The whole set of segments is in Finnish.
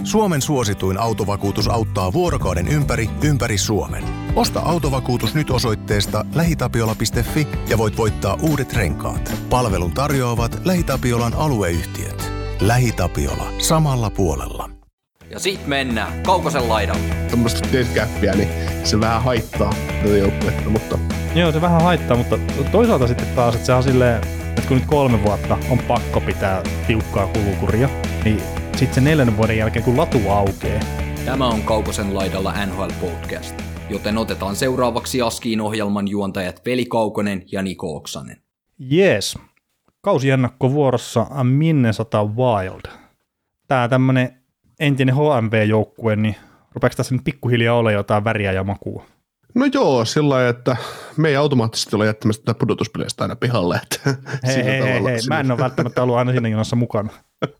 Suomen suosituin autovakuutus auttaa vuorokauden ympäri Suomen. Osta autovakuutus nyt osoitteesta lähitapiola.fi ja voit voittaa uudet renkaat. Palvelun tarjoavat LähiTapiolan alueyhtiöt. LähiTapiola. Samalla puolella. Ja sit mennään Kaukosen laidalle. Tuommoista deadcappia, niin se vähän haittaa tätä joukkuetta, mutta... Joo, se vähän haittaa, mutta toisaalta sitten taas, että se on silleen, että kun nyt 3 vuotta on pakko pitää tiukkaa kulukuria, niin sitten se 4 vuoden jälkeen, kun latu aukeaa. Tämä on Kaukosen laidalla NHL Podcast, joten otetaan seuraavaksi Askiin ohjelman juontajat Veli Kaukonen ja Niko Oksanen. Jees. Kausiennakko vuorossa Minnesota Wild. Tää tämmönen entinen HMV-joukkue, niin rupeeko tässä nyt pikkuhiljaa olla jotain väriä ja makua? No joo, sillä lailla, että me ei automaattisesti ole jättämässä tätä pudotuspeleistä aina pihalle. Että hei, mä en ole välttämättä ollut aina siinä junassa mukana.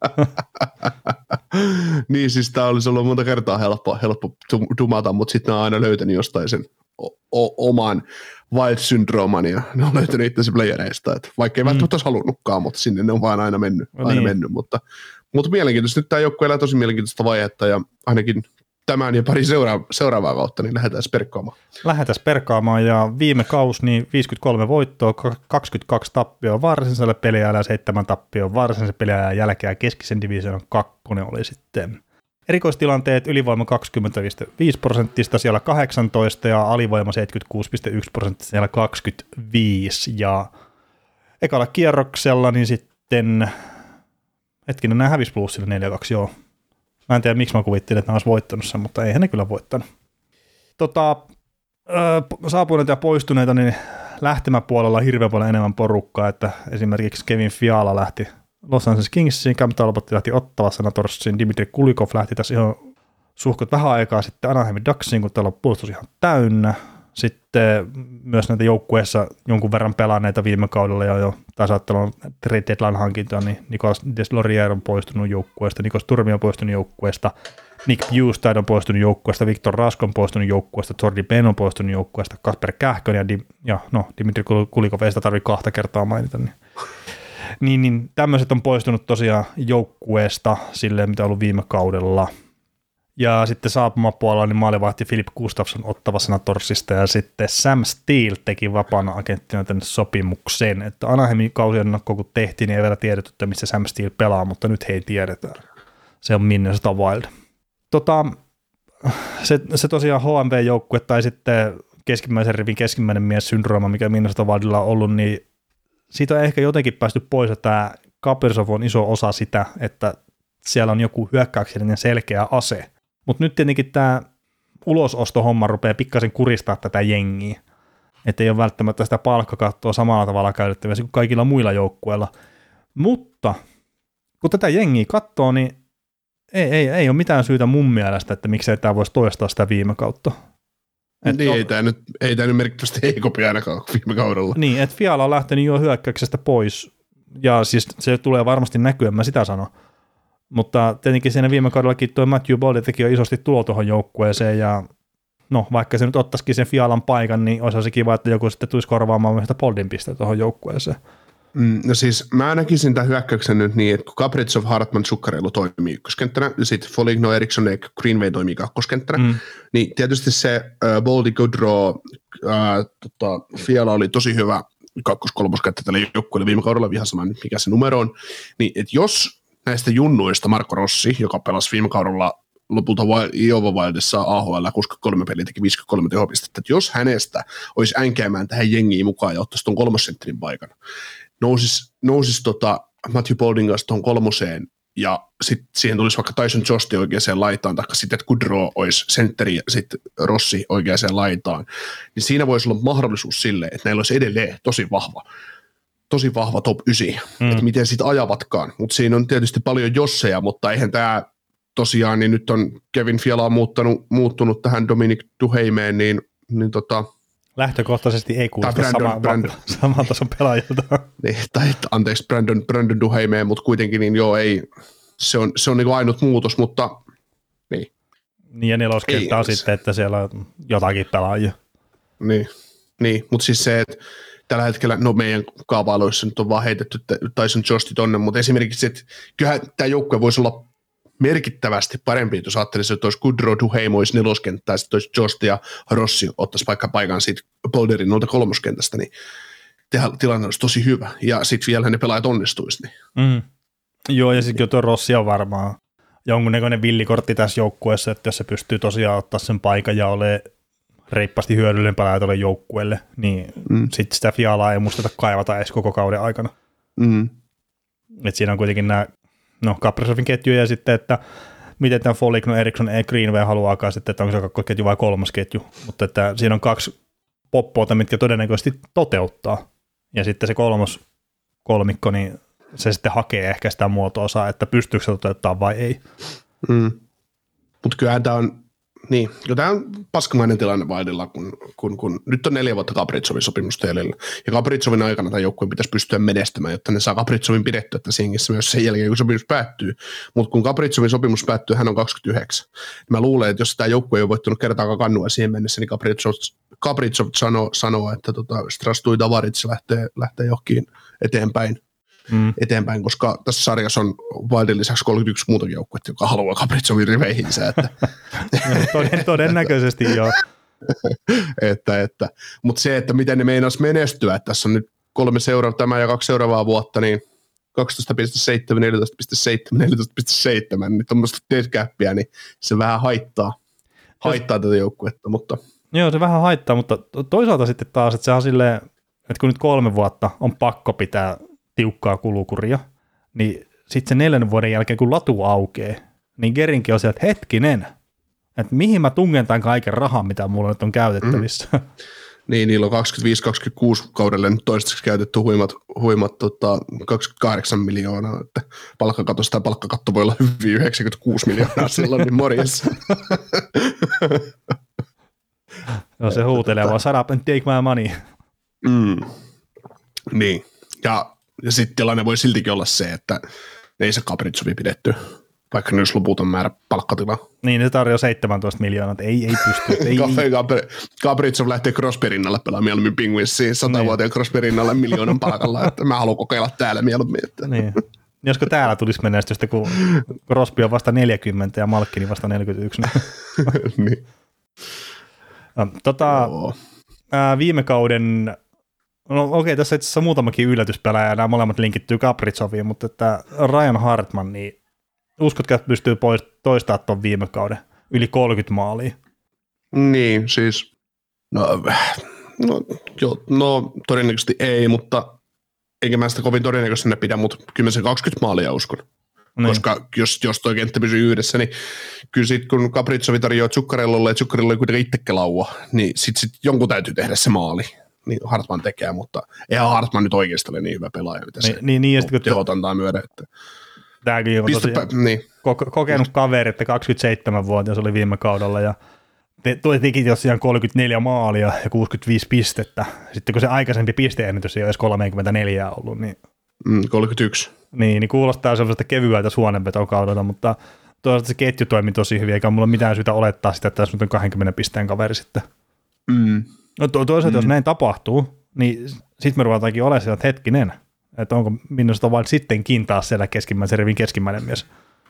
Niin, siis tää olisi ollut monta kertaa helppo dumata, mutta sitten ne on aina löytänyt jostain sen oman Wild-syndrooman ja ne on löytänyt itse playereista, että vaikka ei välttämättä olisi halunnutkaan, mutta sinne ne on vaan aina mennyt, mutta mielenkiintoista. Nyt tämä joukkue elää tosi mielenkiintoista vaihetta ja ainakin tämän ja pari seuraavaa kautta, niin lähdetään perkkaamaan. Lähdetään perkkaamaan ja viime kausi niin 53 voittoa, 22 tappioa varsinaiselle peliajalla ja 7 tappioa varsinaisen peliajan jälkeen ja keskisen divisioonan 2 oli sitten. Erikoistilanteet ylivoima 20,5%, siellä 18 ja alivoima 76,1%, siellä 25 ja ekalla kierroksella niin sitten hetkinen, nämä hävisi plussille 4-2, joo. Mä en tiedä, miksi mä kuvittelin, että ne olisi voittanut sen, mutta eihän ne kyllä voittanut. Saapuneita ja poistuneita, niin lähtemäpuolella hirveän paljon enemmän porukkaa, että esimerkiksi Kevin Fiala lähti Los Angeles Kingsiin, Cam Talbot lähti Ottava Senatorsiin, Dimitri Kulikov lähti tässä ihan suhkot vähän aikaa sitten Anaheim Ducksiin, kun täällä on puolustus ihan täynnä. Sitten myös näitä joukkueessa jonkun verran pelanneita viime kaudella ja jo tasaattelun trade deadline hankintoa, niin Nicolas Deslauriers on poistunut joukkueesta, Nikos Turmi on poistunut joukkueesta, Nick Bjugstad on poistunut joukkueesta, Viktor Rask on poistunut joukkueesta, Jordi Ben on poistunut joukkueesta, Kasper Kähkönen ja Dimitri Kulikov, ei sitä tarvitse 2 kertaa mainita. Niin tämmöiset on poistunut tosiaan joukkueesta silleen, mitä on ollut viime kaudella. Ja sitten saapumapuolella niin maalivahti Filip Gustafsson Ottava Senatorsista ja sitten Sam Steele teki vapaana agenttina tänne sopimuksen. Että Anaheimin kausiennakko kun tehtiin, niin ei vielä tiedetty, että missä Sam Steele pelaa, mutta nyt hei tiedetään. Se on Minnesota Wild. Se tosiaan HMV-joukkue tai sitten keskimmäisen rivin keskimmäinen mies syndrooma, mikä Minnesota Wildilla on ollut, niin siitä on ehkä jotenkin päästy pois, että tämä Kaprizov on iso osa sitä, että siellä on joku hyökkäyksellinen selkeä ase. Mutta nyt tietenkin tämä ulosostohomma rupeaa pikkasen kuristaa tätä jengiä. Että ei ole välttämättä sitä palkkakattoa samalla tavalla käytettävissä kuin kaikilla muilla joukkueilla. Mutta kun tätä jengiä katsoo, niin ei ole mitään syytä mun mielestä, että miksei tämä voisi toistaa sitä viime kautta. Niin, ei tämä nyt merkittävästi heikompi ainakaan viime kaudella. Niin, että Fiala on lähtenyt jo hyökkäyksestä pois, ja siis se tulee varmasti näkyä, mä sitä sanon. Mutta tietenkin siinä viime kaudellakin tuo Matthew Boldy teki jo isosti tulo tuohon joukkueeseen, ja no vaikka se nyt ottaisikin sen Fialan paikan, niin olisi se kiva, että joku sitten tulisi korvaamaan myös sitä Boldin pistettä tuohon joukkueeseen. No siis mä näkisin tämän hyökkäyksen nyt niin, että kun Kaprizov, Hartman, Zuccarello toimii ykköskenttänä, ja sitten Foligno, Eriksson ja Greenway toimii kakkoskenttänä, niin tietysti se Boldy, Gaudreau, Fiala oli tosi hyvä kakkos-kolmoskenttä tälle joukkueelle viime kaudella, ihan sama mikä se numero on, niin että jos näistä junnuista Marco Rossi, joka pelasi viime kaudella lopulta Iowa Wildissa AHL 63 peliä, teki 53 tehopistettä, että jos hänestä olisi änkäämään tähän jengiin mukaan ja ottaisi tuon kolmosentterin paikan, nousis Matthew Boldin kanssa tuon kolmoseen ja sitten siihen tulisi vaikka Tyson Josti oikeaan laitaan, tai sitten että Gaudreau olisi sentteri ja sitten Rossi oikeaan laitaan, niin siinä voisi olla mahdollisuus sille, että näillä olisi edelleen tosi vahva top 9, että miten sitten ajavatkaan, mutta siinä on tietysti paljon josseja, mutta eihän tämä tosiaan, niin nyt on Kevin Fiala on muuttunut tähän Dominic Duhaimeen, niin lähtökohtaisesti ei kuulosta saman tason pelaajilta. Niin, anteeksi Brandon Duhaimeen, mutta kuitenkin niin joo, ei, se on niin kuin ainut muutos, mutta niin. Niin ja neloskenttä on sitten, että siellä on jotakin pelaajia. Niin, mutta siis se, että tällä hetkellä, no meidän kaavailuissa nyt on vaan heitetty Tyson Josti tonne, mutta esimerkiksi, että kyllähän tämä joukkue voisi olla merkittävästi parempi, jos ajattelisi, että olisi Goodrow, Duheimo olisi neloskenttää, ja sitten olisi Jost ja Rossi ottaisi vaikka paikan siitä Boulderin 3-kentästä, niin tilanne olisi tosi hyvä, ja sitten vielä ne pelaajat onnistuisi. Niin. Joo, ja sitten tuo Rossi on varmaan jonkunnäköinen villikortti tässä joukkueessa, että jos se pystyy tosiaan ottaa sen paikan ja ole reippaasti hyödyllinen pelaaja tuolle joukkueelle, niin sitten sitä Fialaa ei musteta kaivata edes koko kauden aikana. Et siinä on kuitenkin nämä Kaprizovin ketjuja ja sitten, että miten tämä Foligno, Eriksson ja Greenway haluaakaan sitten, että onko se kakkosketju vai kolmas ketju, mutta että siinä on 2 poppoota, mitkä todennäköisesti toteuttaa, ja sitten se kolmikko, niin se sitten hakee ehkä sitä muoto-osaa, että pystyykö se toteuttaa vai ei. Mutta kyllähän tämä on, niin, tämä on paskamainen tilanne Wildilla, kun nyt on 4 vuotta Kaprizovin sopimusta jäljellä, ja Kaprizovin aikana tämän joukkueen pitäisi pystyä menestymään, jotta ne saa Kaprizovin pidettyä tässä jengissä myös sen jälkeen, kun sopimus päättyy. Mutta kun Kaprizovin sopimus päättyy, hän on 29. Mä luulen, että jos tämä joukkue ei ole voittanut kertaakaan kannua siihen mennessä, niin Kaprizov sanoo, että Strastui Tavaritz lähtee johonkin eteenpäin, koska tässä sarjassa on Wildin lisäksi 31 muutakin joukkuetta, joka haluaa Kaprizovin riveihinsä. Todennäköisesti joo. Mutta se, että miten ne meinas menestyä, että tässä on nyt 3 tämä ja 2 seuraavaa vuotta, niin 12,7, 14,7, 14,7, niin tuommoista deadcappia, niin se vähän haittaa tätä joukkuetta. Mutta. Joo, se vähän haittaa, mutta toisaalta sitten taas, että se on silleen, että kun nyt 3 vuotta on pakko pitää tiukkaa kulukuria, niin sitten se 4 vuoden jälkeen, kun latu aukeaa, niin Gerinkin on sieltä, että hetkinen, että mihin mä tungen tämän kaiken rahan, mitä mulla nyt on käytettävissä. Niin, niillä on 25-26 kaudelle nyt toistaiseksi käytetty huimat 28 miljoonaa, että palkkakatto voi olla hyvin 96 miljoonaa silloin, niin morjens. No se huutelee vaan, shut up and take my money. Niin, ja sitten tilanne voi siltikin olla se, että ei se Kaprizovia pidetty, vaikka ne olisi loputon määrä palkkatilaa. Niin, se tarjoaa 17 miljoonaa, että ei pysty. Kaprizov lähtee Crosby rinnalle pelaamaan mieluummin Penguinsiin 100-vuotiaan Crosby rinnalle miljoonan palkalla, että mä haluan kokeilla täällä mieluummin. Että. Niin. Josko täällä tulisi menestystä, kun Crosby on vasta 40 ja Malkkini vasta 41. Niin. Viime kauden, no okei, tässä itse asiassa muutamakin yllätyspelaaja, nämä molemmat linkittyy Kaprizoviin, mutta että Ryan Hartman, niin uskotko, että pystyy toistamaan tuon viime kauden yli 30 maalia? Niin, siis, no todennäköisesti ei, mutta enkä mä sitä kovin todennäköisenä pidä, mutta kyllä mä se 20 maalia uskon. Niin. Koska jos toi kenttä pysyy yhdessä, niin kyllä sitten kun Kaprizovi tarjoaa Zuccarellolle ja Zuccarello ei kuitenkin itsekin laua, niin sitten jonkun täytyy tehdä se maali. Niin Hartman tekee, mutta eihän Hartman nyt oikeasti ole niin hyvä pelaaja, mitä se tehot antaa myöden. Tämäkin on tosi kokenut kaveri, että 27-vuotias oli viime kaudella ja teki tosiaan 34 maalia ja 65 pistettä. Sitten kun se aikaisempi pisteennätys ei ole edes 34 ollut, niin 31. Niin kuulostaa sellaista kevyeltä suonenvetokaudelta, mutta toisaalta se ketju toimi tosi hyvin, eikä mulla ole mitään syytä olettaa sitä, että tässä nyt on 20 pisteen kaveri sitten. No toisaalta jos näin tapahtuu, niin sitten me ruvataankin olemaan siellä, että hetkinen, että onko minusta vain sittenkin taas siellä keskimmäisen rivin keskimmäinen mies.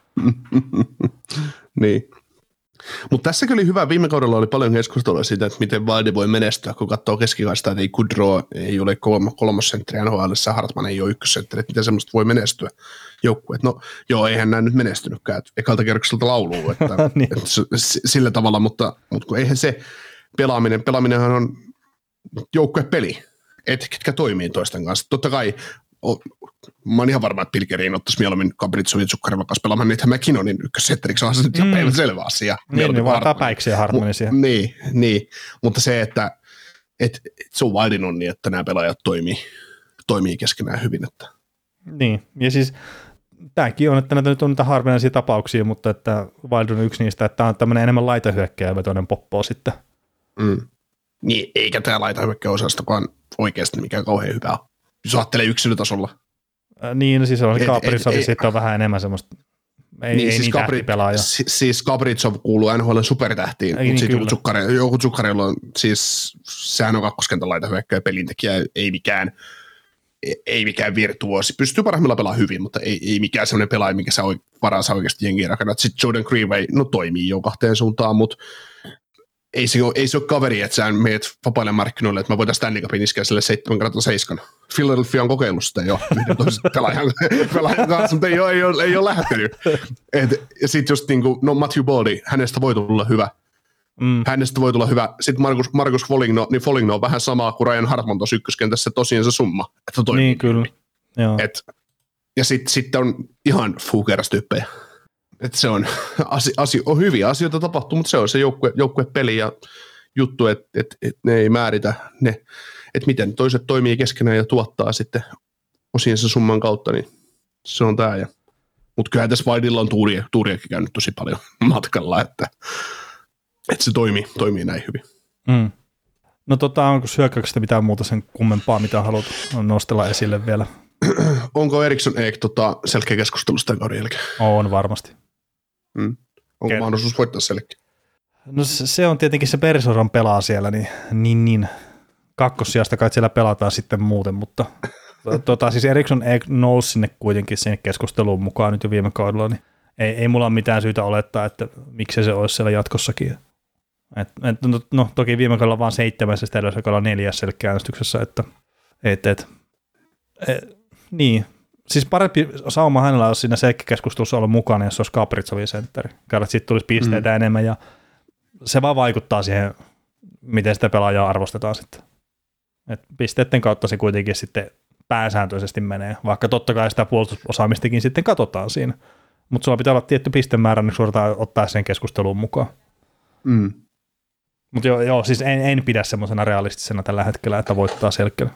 Niin. Mutta tässäkin oli hyvä, viime kaudella oli paljon keskustelua siitä, että miten Wilde voi menestyä, kun katsoo keskikaista, että ei Goodrow, ei ole kolmosentteri NHL:ssä, Hartman ei ole ykkössentteri, että miten semmoista voi menestyä joukkueet. No joo, eihän nämä nyt menestynytkään, että ekalta kerrokselta lauluu, että, niin. Että sillä tavalla, mutta kun eihän se pelaaminenhan on joukkuepeli, että ketkä toimii toisten kanssa. Totta kai mä oon ihan varma, että Pilkeriin ottaisi mieluummin Kaprizovin ja Zuccarellon kanssa pelaamaan niitä McKinnonin ykkössetteriksi, on se nyt ihan päivänselvä asia. Niin vaan tapäiksiä Hartmanisia. Niin, mutta se, että se on Wildin on niin, että nämä pelaajat toimii keskenään hyvin. Että. Niin, ja siis tämäkin on, että näitä nyt on niitä harvinaisia tapauksia, mutta että Wild on yksi niistä, että tämä on tämmöinen enemmän laitahyökkääjävetoinen poppo sitten. Niin, eikä tämä laitahyökkääjäosastokaan oikeasti mikään kauhean hyvä. Jos ajattelee yksilötasolla. Niin, siis on Kaprizov, sitten on vähän enemmän semmoista, ei siis niin tähtipelaajaa. Siis Kaprizov kuuluu NHL:n supertähtiin, mutta sitten Zuccarello on, siis sehän on kakkoskentän laitahyökkääjä, pelintekijä, ei mikään ei mikään virtuosi. Pystyy parhaimmillaan pelaamaan hyvin, mutta ei mikään sellainen pelaaja, mikä sä paransa oikeasti jengiä rakennat. Sitten Jordan Greenway, toimii jo kahteen suuntaan, mutta ei se ole kaveri, että sä meet vapaille markkinoille, että mä voitaisiin Stanley Cupin iskeä sille 7/7. Philadelphia on kokeillut sitä jo pelaajan kanssa, mutta ei ole lähtenyt. Ja sitten just Matthew Boldy, hänestä voi tulla hyvä. Hänestä voi tulla hyvä. Sitten Marcus Foligno, niin Foligno on vähän samaa kuin Ryan Hartman tuossa ykköskentässä, tosiaan se summa. Että toimii. Niin, kyllä. Joo. Ja sitten on ihan fuukeras-tyyppejä. Että se on hyviä asioita tapahtuu, mutta se on se joukkuepeli ja juttu, että ne ei määritä ne, että miten toiset toimii keskenään ja tuottaa sitten osiensa summan kautta, niin se on tämä. Mutta kyllähän tässä Vaidilla on tuuriakin käynyt tosi paljon matkalla, että se toimii näin hyvin. Mm. No onko hyökkäyksestä mitään muuta sen kummempaa, mitä haluat nostella esille vielä? Onko Eriksson Ek selkeä keskustelusta tämän kauden jälkeen? On varmasti. Onko mahdollisuus voittaa selkeä? No se on tietenkin se Persooran pelaa siellä, niin kakkossijasta kai siellä pelataan sitten muuten, mutta siis Eriksson Ek nousi sinne kuitenkin sinne keskusteluun mukaan nyt jo viime kaudella, niin ei mulla ole mitään syytä olettaa, että miksei se olisi siellä jatkossakin. No toki viime kaudella vaan 7, sitten edellisellä kaudella 4 selkeä äänestyksessä, niin. Siis parempi sauma hänellä olisi siinä selkkäkeskustelussa ollut mukana, jos se olisi Kaprizovin sentteri. Kyllä, siitä tulisi pisteitä enemmän ja se vaan vaikuttaa siihen, miten sitä pelaajaa arvostetaan sitten. Et pisteiden kautta se kuitenkin sitten pääsääntöisesti menee, vaikka totta kai sitä puolustusosaamistakin sitten katsotaan siinä. Mutta sulla pitää olla tietty pistemäärä, niin suoraan ottaa sen keskusteluun mukaan. Mutta joo, siis en pidä semmoisena realistisena tällä hetkellä, että voittaa selkeä.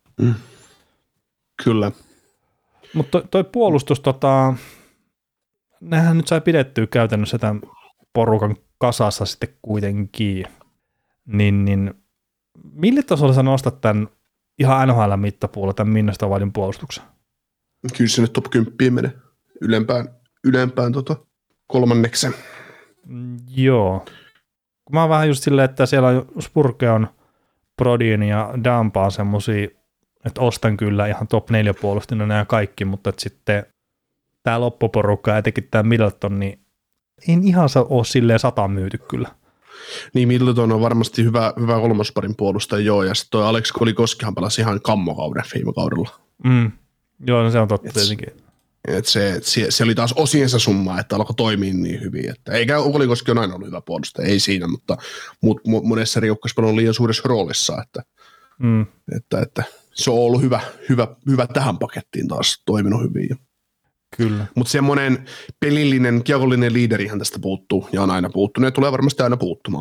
Kyllä. Mutta toi puolustus, nehän nyt sai pidettyä käytännössä tämän porukan kasassa sitten kuitenkin. Niin mille tasolla sä nostat tämän ihan NHL-mittapuolella tämän Minnesota Wildin puolustuksen? Kyllä sinne top 10 menee ylempään kolmanneksen. Joo. Mä oon vähän just silleen, että siellä on Spurke on Brodin ja Dampa on semmosia, että ostan kyllä ihan top 4 puolustina nämä kaikki, mutta sitten tämä loppuporukka ja etenkin tämä Middleton, niin en ihan ole silleen 100 myyty kyllä. Niin, Middleton on varmasti hyvä kolmosparin puolustaja, joo, ja sitten toi Alex Kolikoskihan pelasi ihan kammokauden viime kaudella. Joo, no se on totta tietenkin. Se oli taas osiensa summa, että alkoi toimia niin hyvin. Että, eikä Kolikoski on aina ollut hyvä puolustaja, ei siinä, mutta monessa riukkaspelun on liian suuressa roolissa, että se on ollut hyvä tähän pakettiin taas toiminut hyvin. Kyllä. Mutta semmoinen pelillinen, kiekollinen liiderihän tästä puuttuu ja on aina puuttunut ja tulee varmasti aina puuttumaan.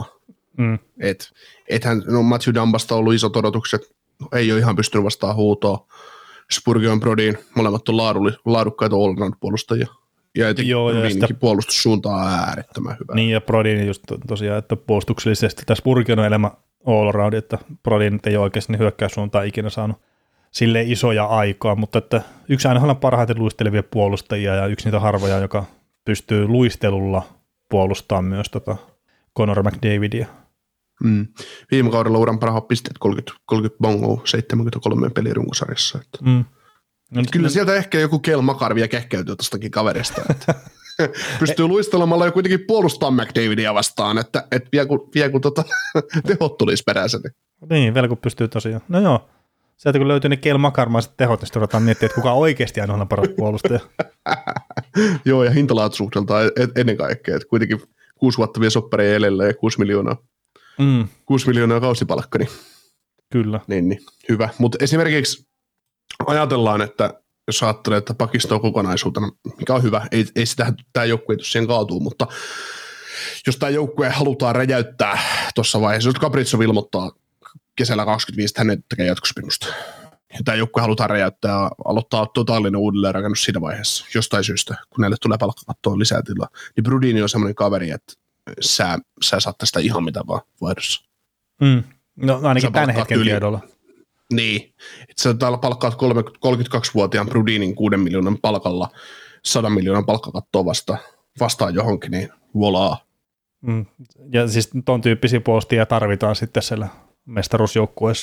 Matthew Dambasta on ollut isot odotukset, ei ole ihan pystynyt vastaan huutoon. Spurgeon Brodin, molemmat on laadukkaita all-round-puolustajia. Ja etenkin puolustussuunta on äärettömän hyvä. Niin, ja Brodin just tosiaan, että puolustuksellisesti tässä Spurgeon on elämä all-round, että Brodin ei ole oikeasti hyökkäyssuuntaan ikinä saanut silleen isoja aikaa, mutta että yksi aina on parhaiten luistelevia puolustajia ja yksi niitä harvoja, joka pystyy luistelulla puolustamaan myös Connor McDavidia. Viime kaudella uran parhaat pisteet 30 bongoa 73 pelirunkosarjassa. Kyllä sieltä ehkä joku Kel Makar vielä kehkeytyy tuostakin kaverista. Pystyy luistelemalla ja kuitenkin puolustaa McDavidia vastaan, että vielä kun tehot tulisi peräisen. Niin, vielä kun pystyy tosiaan. No joo, sieltä kun löytyy ne Kel Makarmaiset tehot, niin sitten ruvetaan miettimään, että kuka oikeasti aina on paras puolustaja. Joo, ja hintalaatuisuudeltaan ennen kaikkea, että kuitenkin 6 vuotta vielä soppareja edellä ja 6 miljoonaa. 6 miljoonaa kausipalkka, niin kyllä. Niin, hyvä. Mutta esimerkiksi ajatellaan, että jos ajattelee, että pakisto on kokonaisuutena, mikä on hyvä, ei sitä tämä joukkue ei siihen kaatuu, mutta jos tämä joukkue halutaan räjäyttää tuossa vaiheessa, jos Kaprizov ilmoittaa kesällä 25, että hän tekee jatkosopimusta, ja tämä joukkue halutaan räjäyttää ja aloittaa totaalinen uudelleenrakennus siinä vaiheessa, jostain syystä, kun näille tulee palkkakattoon lisää tilaa, niin Brudini on semmoinen kaveri, että sä saat tästä ihan mitä vaan vaihdossa. No ainakin tämän hetken tiedolla. Niin, että sä palkkaat 32-vuotiaan Brudinin 6 miljoonan palkalla 100 miljoonan palkkakattoa vastaan johonkin, niin volaa. Ja siis ton tyyppisiä puolustajia tarvitaan sitten siellä mestaruusjoukkueessa.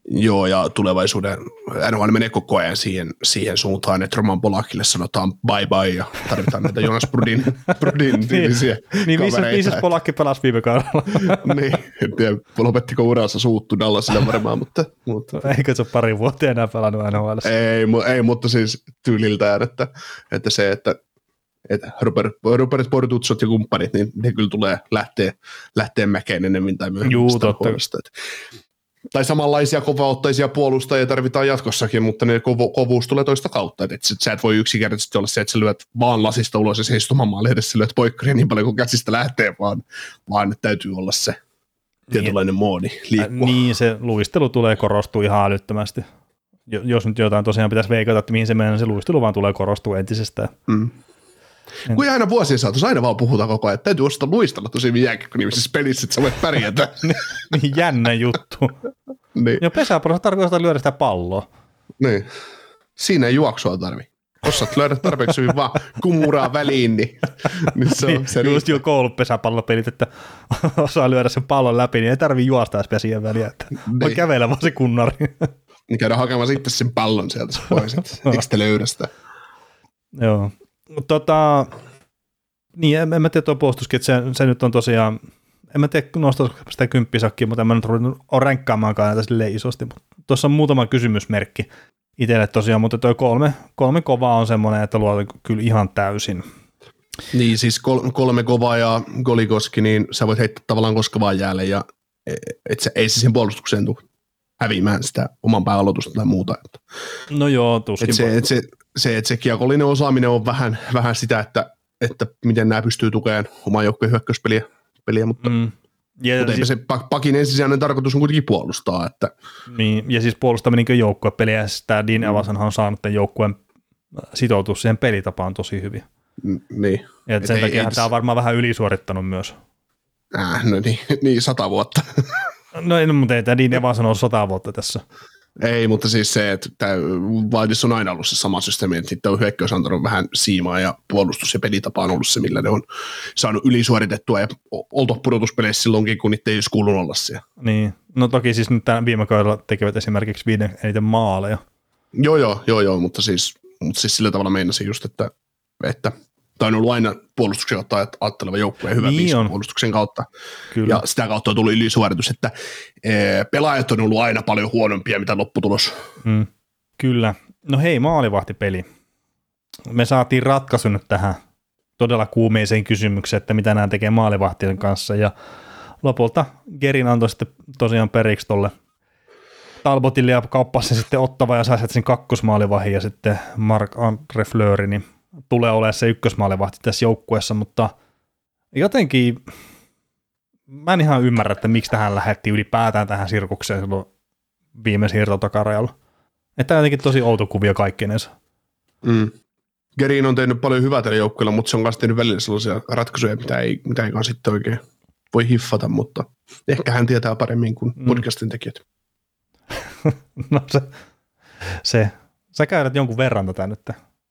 Joo, ja tulevaisuuden NHL menee koko ajan siihen suuntaan, että Roman Polakille sanotaan bye bye ja tarvitaan näitä Jonas Brudin tyylisiä niin missä Polakki pelasi viime kaudella? Niin, en tiedä, lopettiko uransa suuttu Dallasille varmaan, mutta eikö se ole pari vuotta enää pelannut NHL? Ei, mutta siis tyyliltään, että se, että Robert Bortutsot ja kumppanit, niin ne kyllä tulee lähteä mäkeen enemmän tai myöhemmin. Juu, totta. Tai samanlaisia kovaottaisia puolustajia tarvitaan jatkossakin, mutta ne kovuus tulee toista kautta. Et sä et voi yksinkertaisesti olla se, että sä lyöt vaan lasista ulos ja seistumaan maalle edessä, lyöt poikkaria niin paljon kuin käsistä lähtee, vaan täytyy olla se tietynlainen moodi liikkua. Niin, se luistelu tulee korostua ihan älyttömästi. Jos nyt jotain tosiaan pitäisi veikata, että mihin se menee, se luistelu vaan tulee korostua entisestään. Kun aina vuosien saatossa aina vaan puhutaan koko ajan, että täytyy osata luistella tosi jääkiekko-nimisessä pelissä, että sä voit pärjätä. Niin jännä juttu. Niin. Ja pesäpallossa tarkoittaa lyödä sitä palloa. Niin. Siinä ei juoksua tarvi. Osaat lyödä tarpeeksi hyvin vaan kumuraa väliin, niin se on se just jo koulupesäpallopelit, että osaa lyödä sen pallon läpi, niin ei tarvitse juosta edes pesien väliä, että voi kävellä vaan se kunnari. Niin käydään hakemaan sitten sen pallon sieltä pois, että eikö te löydä sitä? Joo. Niin, en mä tiedä tuo puolustuskin, että se nyt on tosiaan, en mä tiedä nostaisiko sitä kymppisakkia, mutta en mä nyt ole ränkkäämaankaan näitä silleen isosti, mutta tuossa on muutama kysymysmerkki itselle tosiaan, mutta tuo kolme kovaa on semmoinen, että luotan kyllä ihan täysin. Niin, siis kolme kovaa ja Golikoski, niin sä voit heittää tavallaan koska vaan jäälle, ja ei se sen puolustukseen tule häviämään sitä oman pääaloitusta tai muuta. No joo, tuskin. Se kiekollinen osaaminen on vähän sitä, että miten nämä pystyy tukemaan oman joukkojen hyökkäyspeliä, mutta siis, se pakin ensisijainen tarkoitus on kuitenkin puolustaa. Että. Niin, ja siis puolustaminen niin joukkuepeliä, ja siis tämä Dean Evansonhan on saanut tämän joukkueen sitoutua siihen pelitapaan tosi hyvin. Niin. Ja sen takia tämä on varmaan vähän ylisuorittanut myös. No niin 100 vuotta. No mutta ei tämä Dean Evanson ole 100 vuotta tässä. Ei, mutta siis se, että tämä Wildissa on aina ollut se sama systeemi, että sitten on hyökkäys antanut vähän siimaa ja puolustus ja pelitapa on ollut se, millä ne on saanut ylisuoritettua ja oltu pudotuspeleissä silloinkin, kun niitä ei olisi kuulunut olla siellä. Niin, no toki siis nyt viime kaudella tekevät esimerkiksi 5 eniten maaleja. Joo, mutta siis sillä tavalla meinasin just, että tämä on ollut aina puolustuksen kautta ajatteleva joukkue ja hyvä niin puolustuksen kautta. Kyllä. Ja sitä kautta on tullut ylisuoritus, että pelaajat on ollut aina paljon huonompia, mitä lopputulos. Kyllä. No hei, maalivahtipeli. Me saatiin ratkaisu nyt tähän todella kuumeiseen kysymykseen, että mitä nämä tekee maalivahtien kanssa. Ja lopulta Gerin antoi sitten tosiaan periksi tolle Talbotille ja kauppasi sen sitten Ottava ja sai sen kakkosmaalivahin ja sitten Marc-Andre Fleury, niin tulee olemaan se ykkösmaalivahti tässä joukkueessa, mutta jotenkin mä en ihan ymmärrä, että miksi tähän lähetti ylipäätään tähän sirkukseen silloin viime siirtotakarajalla. Että jotenkin tosi outo kuvio kaikkinensa. Gerin on tehnyt paljon hyvää tällä joukkueella, mutta se on myös tehnyt välillä sellaisia ratkaisuja, mitä ei sitten oikein voi hiffata, mutta ehkä hän tietää paremmin kuin podcastin tekijät. No se. Sä käydät jonkun verran tätä nyt.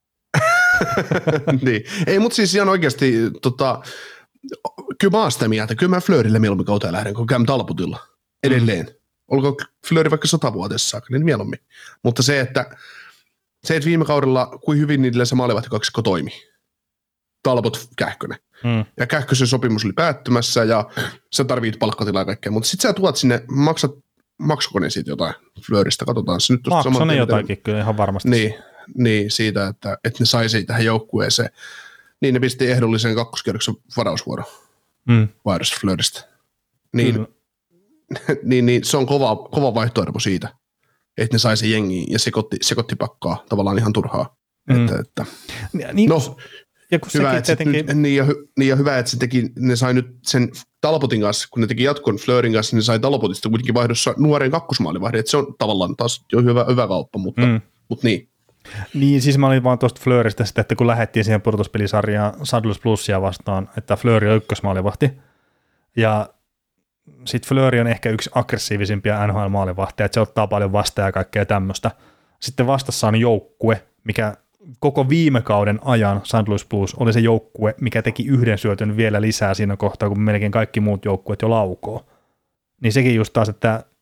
Niin. Ei, mutta siis ihan oikeasti, kyllä mä oon sitä mieltä, kyllä mä Fleurille mieluummin kauteen lähden kuin Cam Talbotilla edelleen. Olko Fleury vaikka 100-vuotias saakka, niin mieluummin. Mutta se, että viime kaudella, kuin hyvin niillä se maalivahtikaksikko toimi. Talbot, Kähkönen. Ja Kähkösen sopimus oli päättymässä ja sä tarvitset palkkatilaa ja kaikkea, mutta sitten sä tuot sinne, maksuko ne siitä jotain Fleuristä, katsotaan se nyt. Makso ne jotakin kyllä ihan varmasti. Niin, siitä, että ne saisi tähän joukkueeseen. Niin ne pisti ehdollisen kakkoskierroksen varausvuoron vaihdosta Fleuristä. Niin se on kova vaihtoarvo siitä, että ne saisi jengiin ja sekoitti pakkaa tavallaan ihan turhaa. Hyvä, että se teki, ne sai nyt sen Talbotin kanssa, kun ne teki jatkon Fleurin kanssa, ne sai Talbotista kuitenkin vaihdossa nuoren kakkosmaalivahdin, että se on tavallaan taas jo hyvä kauppa, mutta niin. Niin, siis mä olin vaan tuosta Fleuristä sitten, että kun lähdettiin siihen pudotuspelisarjaan Sadlers Plusia vastaan, että Fleury on ykkösmaalivahti, ja sitten Fleury on ehkä yksi aggressiivisimpia NHL-maalivahtia, että se ottaa paljon vastaan ja kaikkea tämmöistä. Sitten vastassa on joukkue, mikä koko viime kauden ajan Sadlers Plus oli se joukkue, mikä teki yhden syötön vielä lisää siinä kohtaa, kun melkein kaikki muut joukkueet jo laukoo. Niin sekin just taas, että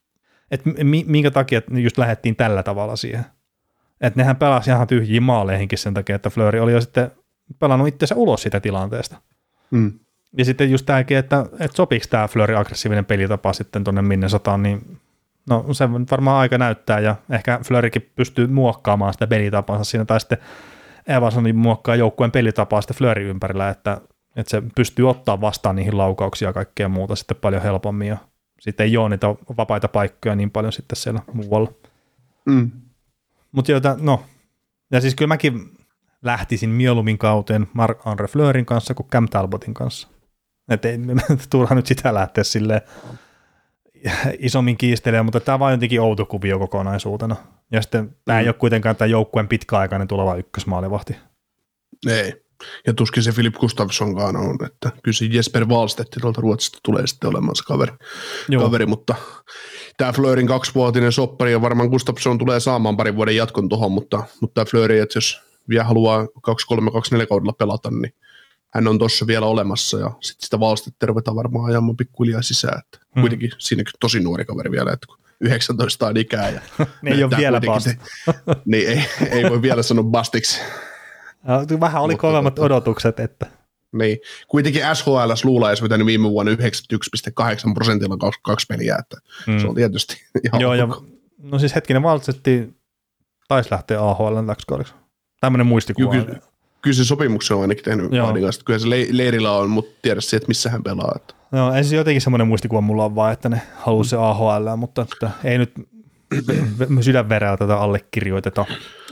että minkä takia just lähdettiin tällä tavalla siihen. Että nehän pelasi ihan tyhjiin maaleihinkin sen takia, että Fleury oli jo sitten pelannut itsensä ulos siitä tilanteesta. Ja sitten just tämäkin, että sopiiko tämä Fleury aggressiivinen pelitapa sitten tuonne Minnesotaan, niin no se varmaan aika näyttää, ja ehkä Fleurykin pystyy muokkaamaan sitä pelitapansa siinä, tai sitten Evanson muokkaa joukkueen pelitapaa sitten Fleury ympärillä, että se pystyy ottaa vastaan niihin laukauksia ja kaikkea muuta sitten paljon helpommin, ja sitten ei ole niitä vapaita paikkoja niin paljon sitten siellä muualla. Mutta no, ja siis kyllä mäkin lähtisin mieluummin kauteen Marc-Andre Fleuryn kanssa kuin Cam Talbotin kanssa. Että ei turha nyt sitä lähteä silleen isommin kiistelemään, mutta tämä on vain jotenkin outo kuvio kokonaisuutena. Ja sitten tämä ei ole kuitenkaan tämä joukkueen pitkäaikainen tuleva ykkösmaalivahti. Ei. Ja tuskin se Filip Gustafssonkaan on, että kyllä se Jesper Wallstedt tuolta Ruotsista tulee sitten olemaan se kaveri, mutta tämä Fleuryn 2-vuotinen soppari ja varmaan Gustafsson tulee saamaan parin vuoden jatkon tuohon, mutta tämä Fleury, että jos vielä haluaa 2-3-2-4 kaudella pelata, niin hän on tuossa vielä olemassa ja sitten sitä Wallstedtia ruvetaan varmaan ajamaan pikkuhiljaa sisään, että kuitenkin siinäkin tosi nuori kaveri vielä, että 19 on ikää ja ei ole vielä bast. Niin ei voi vielä sanoa bastiksi. Vähän oli kovemmat odotukset, että. Niin, kuitenkin SHL:ssä luulaa, jos vetänyt viime vuonna 91,8% 2 peliä, että se on tietysti ihan joo, ja no siis hetkinen, Wallstedt taisi lähteä AHL:n täksi kaudeksi. Tämmöinen muistikuva. Kyllä se sopimuksen on ainakin tehnyt Vahdin kanssa. Kyllä se leirillä on, mutta tiedä se, että missä hän pelaa. Että. No, ei se jotenkin semmoinen muistikuva mulla on vaan, että ne haluaa se AHL, mutta että ei nyt sydänverellä tätä allekirjoiteta.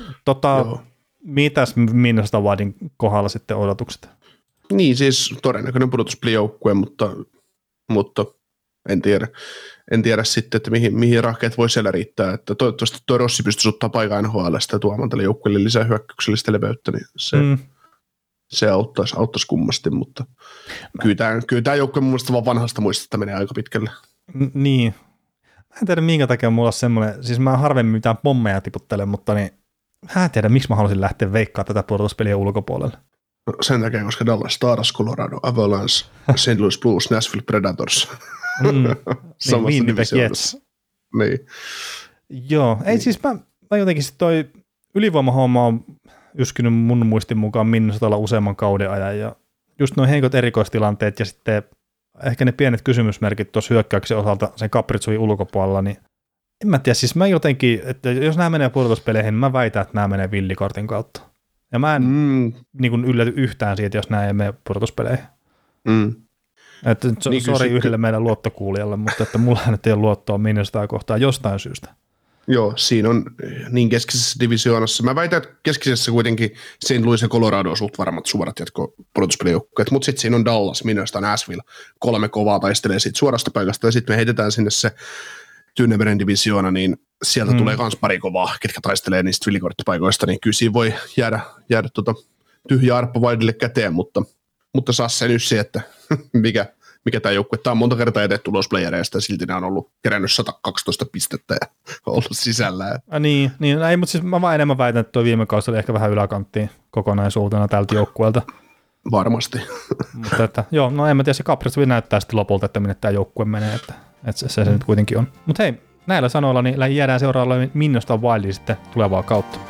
Mitäs Minnesota Wildin kohdalla sitten odotukset? Niin, siis todennäköinen pudotuspelijoukkue, mutta en tiedä sitten, että mihin rahkeet voi siellä riittää. Että toivottavasti tuo Rossi pystyisi ottaa paikan NHL:stä ja tuomaan tälle joukkueelle lisää hyökkäyksellistä leveyttä, niin se auttaisi kummasti, mutta kyllä tämä joukkue mun mielestä vaan vanhasta muistista menee aika pitkälle. Niin. Mä en tiedä minkä takia mulla on semmoinen, siis mä harvemmin mitään pommeja tiputtelen, mutta niin mä en tiedä, miksi mä haluaisin lähteä veikkaa tätä pudotuspeliä ulkopuolelle. No, sen takia, koska Dallas Stars, Colorado Avalanche, St. Louis Blues, Nashville Predators. Niin, Winnipeg Jets. Niin. Joo, ei siis mä jotenkin toi ylivoimahomma on yskinyt mun muistin mukaan Minnesotalla useamman kauden ajan, ja just nuo heikot erikoistilanteet ja sitten ehkä ne pienet kysymysmerkit tuossa hyökkäyksen osalta sen Kaprizovin ulkopuolella, niin en mä tiedä, siis mä jotenkin, että jos nämä menee pudotuspeleihin, niin mä väitän, että nämä menee villikortin kautta. Ja mä en niin kuin ylläty yhtään siitä, jos nämä ei mene pudotuspeleihin. Että niin sori yhdelle meidän luottokuulijalle, mutta että mulla nyt ei ole luottoa Minnesotaa kohtaan jostain syystä. Joo, siinä on niin keskisessä divisioonassa. Mä väitän, että keskisessä kuitenkin St. Louis ja Colorado on suht varmat suorat jatko-pudotuspelijoukkueet, mutta sitten siinä on Dallas, Minnesota, Nashville, 3 kovaa taistelee siitä suorasta paikasta, ja sitten me heitetään sinne se Tynnemeren divisioona, niin sieltä tulee myös pari kovaa, ketkä taistelee niistä villikorttipaikoista, niin kyllä siinä voi jäädä tyhjä arppa Wildille käteen, mutta saa se nyt se, että mikä tämä joukkue. Tämä on monta kertaa etetty ulosplayereista ja silti ne on ollut kerännyt 112 pistettä ja ollut sisällä. Niin ei, mutta siis mä vaan enemmän väitän, että tuo viime kausi oli ehkä vähän yläkanttiin kokonaisuutena tältä joukkueelta. Varmasti. Mutta että, joo, no en mä tiedä, se Kaprizov näyttää sitten lopulta, että minne tämä joukkue menee, että se nyt kuitenkin on. Mutta hei, näillä sanoilla niin jäädään seuraavalle Minnesota Wildin sitten tulevaa kautta.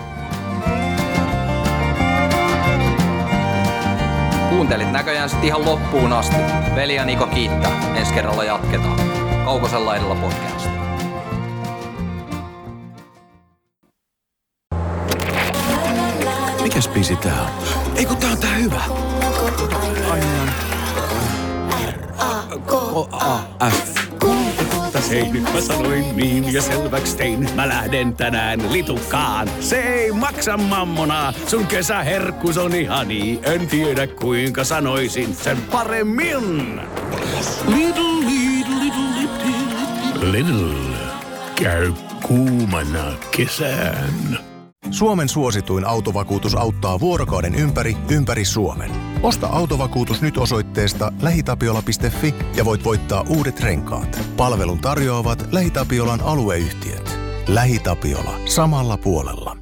Kuuntelit näköjään sitten ihan loppuun asti. Veli ja Niko kiittää. Ensi kerralla jatketaan. Kaukosen laidalla podcast. Mikäs biisi tää on? Ei kun tää on tää hyvä. R-A-K-A-F. Hei, nyt mä sanoin niin ja selväks tein. Mä lähden tänään litukaan. Se ei maksa mammonaa. Sun kesäherkkus on ihani. En tiedä kuinka sanoisin sen paremmin. Lidl. Käy kuumana kesään. Suomen suosituin autovakuutus auttaa vuorokauden ympäri Suomen. Osta autovakuutus nyt osoitteesta lähitapiola.fi ja voit voittaa uudet renkaat. Palvelun tarjoavat LähiTapiolan alueyhtiöt. LähiTapiola. Samalla puolella.